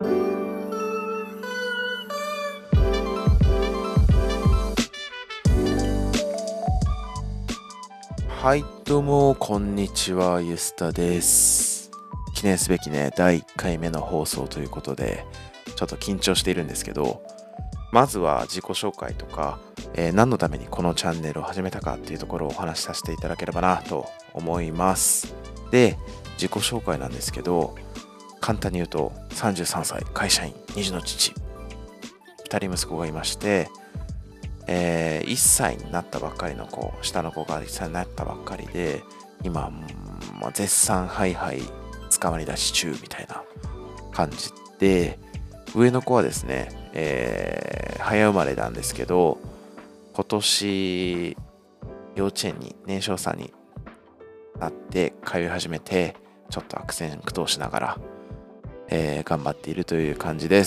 はい、どうも、こんにちは、ゆすたです。記念すべきね、第1回目の放送ということで、ちょっと緊張しているんですけど、まずは自己紹介とか、何のためにこのチャンネルを始めたかっていうところをお話しさせていただければなと思います。で、自己紹介なんですけど、簡単に言うと、33歳、会社員、2児の父、2人息子がいまして、1歳になったばっかりの子、下の子が1歳になったばっかりで、今、絶賛ハイハイ捕まり出し中みたいな感じで、上の子はですね、早生まれなんですけど、今年幼稚園に年少さんになって通い始めて、ちょっと悪戦苦闘しながら、頑張っているという感じです。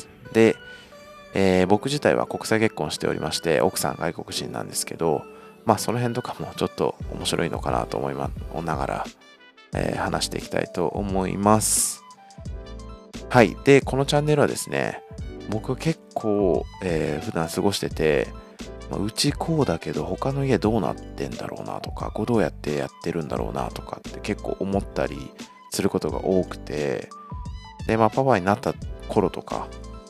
で、僕自体は国際結婚しておりまして、奥さん外国人なんですけど、その辺とかもちょっと面白いのかなと思いながら、話していきたいと思います。はい。で、このチャンネルはですね、僕結構、普段過ごしてて、うちこうだけど他の家どうなってんだろうなとか、どうやってやってるんだろうなとかって結構思ったりすることが多くて、で、パパになった頃とか、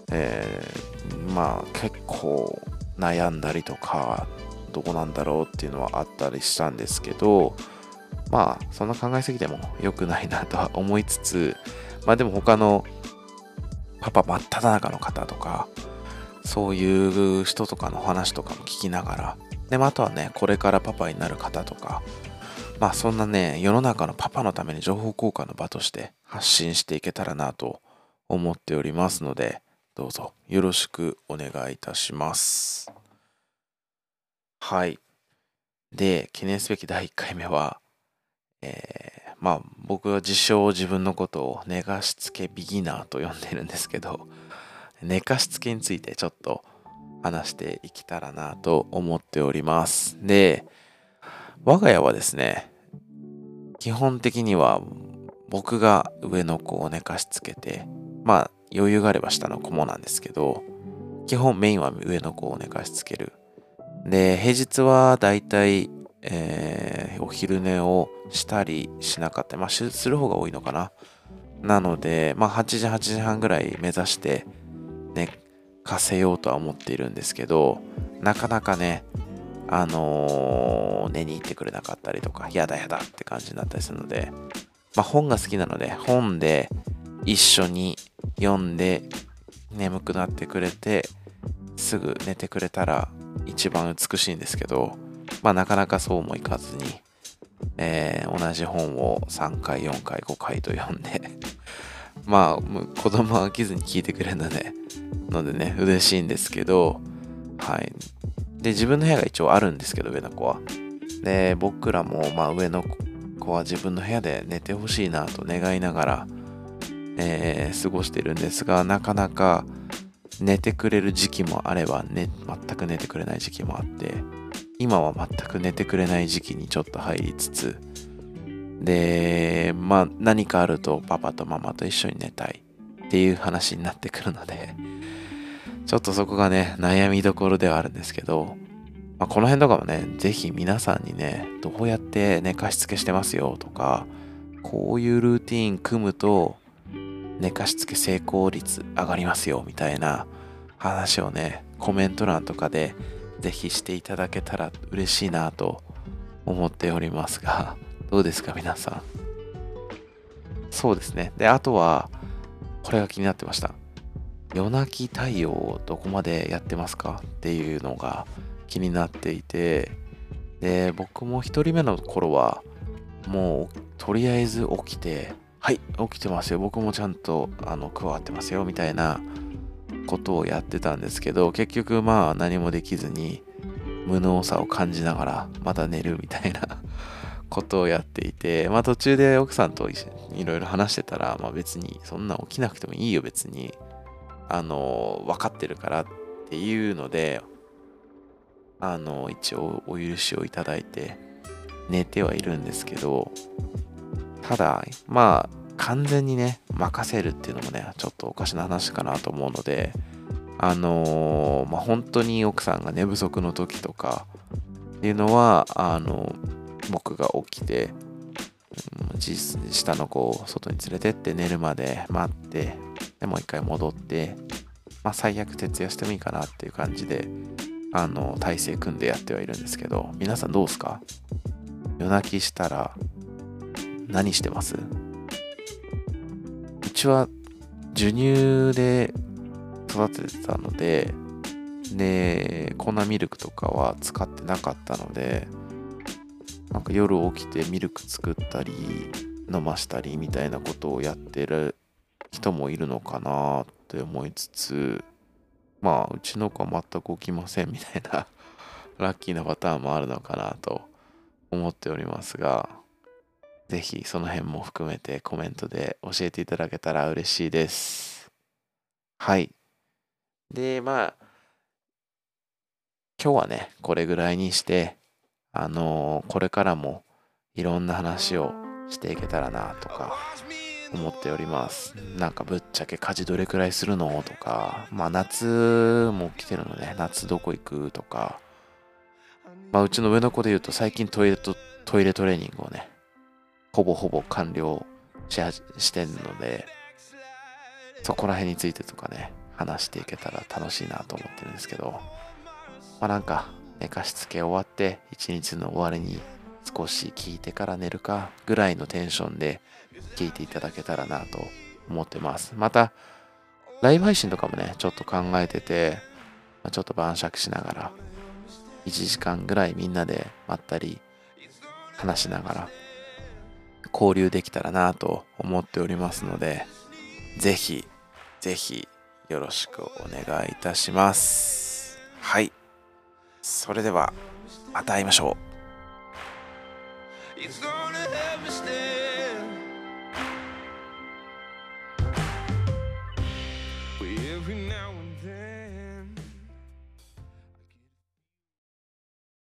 結構悩んだりとかどうなんだろうっていうのはあったりしたんですけど、そんな考えすぎても良くないなとは思いつつ、でも他のパパ真っ只中の方とかそういう人とかの話とかも聞きながら、であとはね、これからパパになる方とか、そんなね、世の中のパパのために情報交換の場として発信していけたらなと思っておりますので、どうぞよろしくお願いいたします。はい。で、記念すべき第1回目は、僕は自称自分のことを寝かしつけビギナーと呼んでるんですけど、寝かしつけについてちょっと話していけたらなと思っております。で、我が家はですね、基本的には僕が上の子を寝かしつけて、余裕があれば下の子もなんですけど、基本メインは上の子を寝かしつける。で、平日はだいたい、お昼寝をしたりしなかった。する方が多いのかな。なので、8時、8時半ぐらい目指して寝かせようとは思っているんですけど、なかなかね、寝に行ってくれなかったりとか、やだって感じになったりするので、本が好きなので、本で一緒に読んで眠くなってくれて、すぐ寝てくれたら一番美しいんですけど、なかなかそうもいかずに、同じ本を3回、4回、5回と読んで子供は飽きずに聞いてくれるのでね、嬉しいんですけど、はい。で、自分の部屋が一応あるんですけど、上の子は。で、僕らも、上の子は自分の部屋で寝てほしいなと願いながら、過ごしているんですが、なかなか寝てくれる時期もあれば、全く寝てくれない時期もあって、今は全く寝てくれない時期にちょっと入りつつ、で、何かあるとパパとママと一緒に寝たいっていう話になってくるので、ちょっとそこがね、悩みどころではあるんですけど、この辺とかもね、ぜひ皆さんにね、どうやって寝かしつけしてますよとか、こういうルーティーン組むと、寝かしつけ成功率上がりますよみたいな話をね、コメント欄とかでぜひしていただけたら嬉しいなと思っておりますが、どうですか皆さん。そうですね。で、あとは、これが気になってました。夜泣き対応をどこまでやってますかっていうのが気になっていて、で、僕も一人目の頃は、もうとりあえず起きて、はい、起きてますよ。僕もちゃんと加わってますよ。みたいなことをやってたんですけど、結局何もできずに無能さを感じながらまた寝るみたいなことをやっていて、途中で奥さんといろいろ話してたら、別にそんな起きなくてもいいよ別に。分かってるからっていうので、一応お許しをいただいて寝てはいるんですけど、ただ完全にね任せるっていうのもねちょっとおかしな話かなと思うので、本当に奥さんが寝不足の時とかっていうのは僕が起きて、下の子を外に連れてって寝るまで待って、でもう一回戻って、最悪徹夜してもいいかなっていう感じで体勢組んでやってはいるんですけど、皆さんどうですか？夜泣きしたら何してます？うちは授乳で育ててたので、粉ミルクとかは使ってなかったので、なんか夜起きてミルク作ったり飲ましたりみたいなことをやってる人もいるのかなって思いつつ、うちの子は全く起きませんみたいなラッキーなパターンもあるのかなと思っておりますが、ぜひその辺も含めてコメントで教えていただけたら嬉しいです。はい。で、今日はね、これぐらいにして、これからもいろんな話をしていけたらなとか思っております。なんかぶっちゃけ家事どれくらいするのとか、夏も来てるので、夏どこ行くとか、うちの上の子で言うと最近トイレトレーニングをね、ほぼ完了してんので、そこら辺についてとかね、話していけたら楽しいなと思ってるんですけど、なんか寝かしつけ終わって一日の終わりに少し聞いてから寝るかぐらいのテンションで聞いていただけたらなと思ってます。またライブ配信とかもねちょっと考えてて、ちょっと晩酌しながら1時間ぐらいみんなでまったり話しながら交流できたらなと思っておりますので、ぜひよろしくお願いいたします。はい、それではまた会いましょう。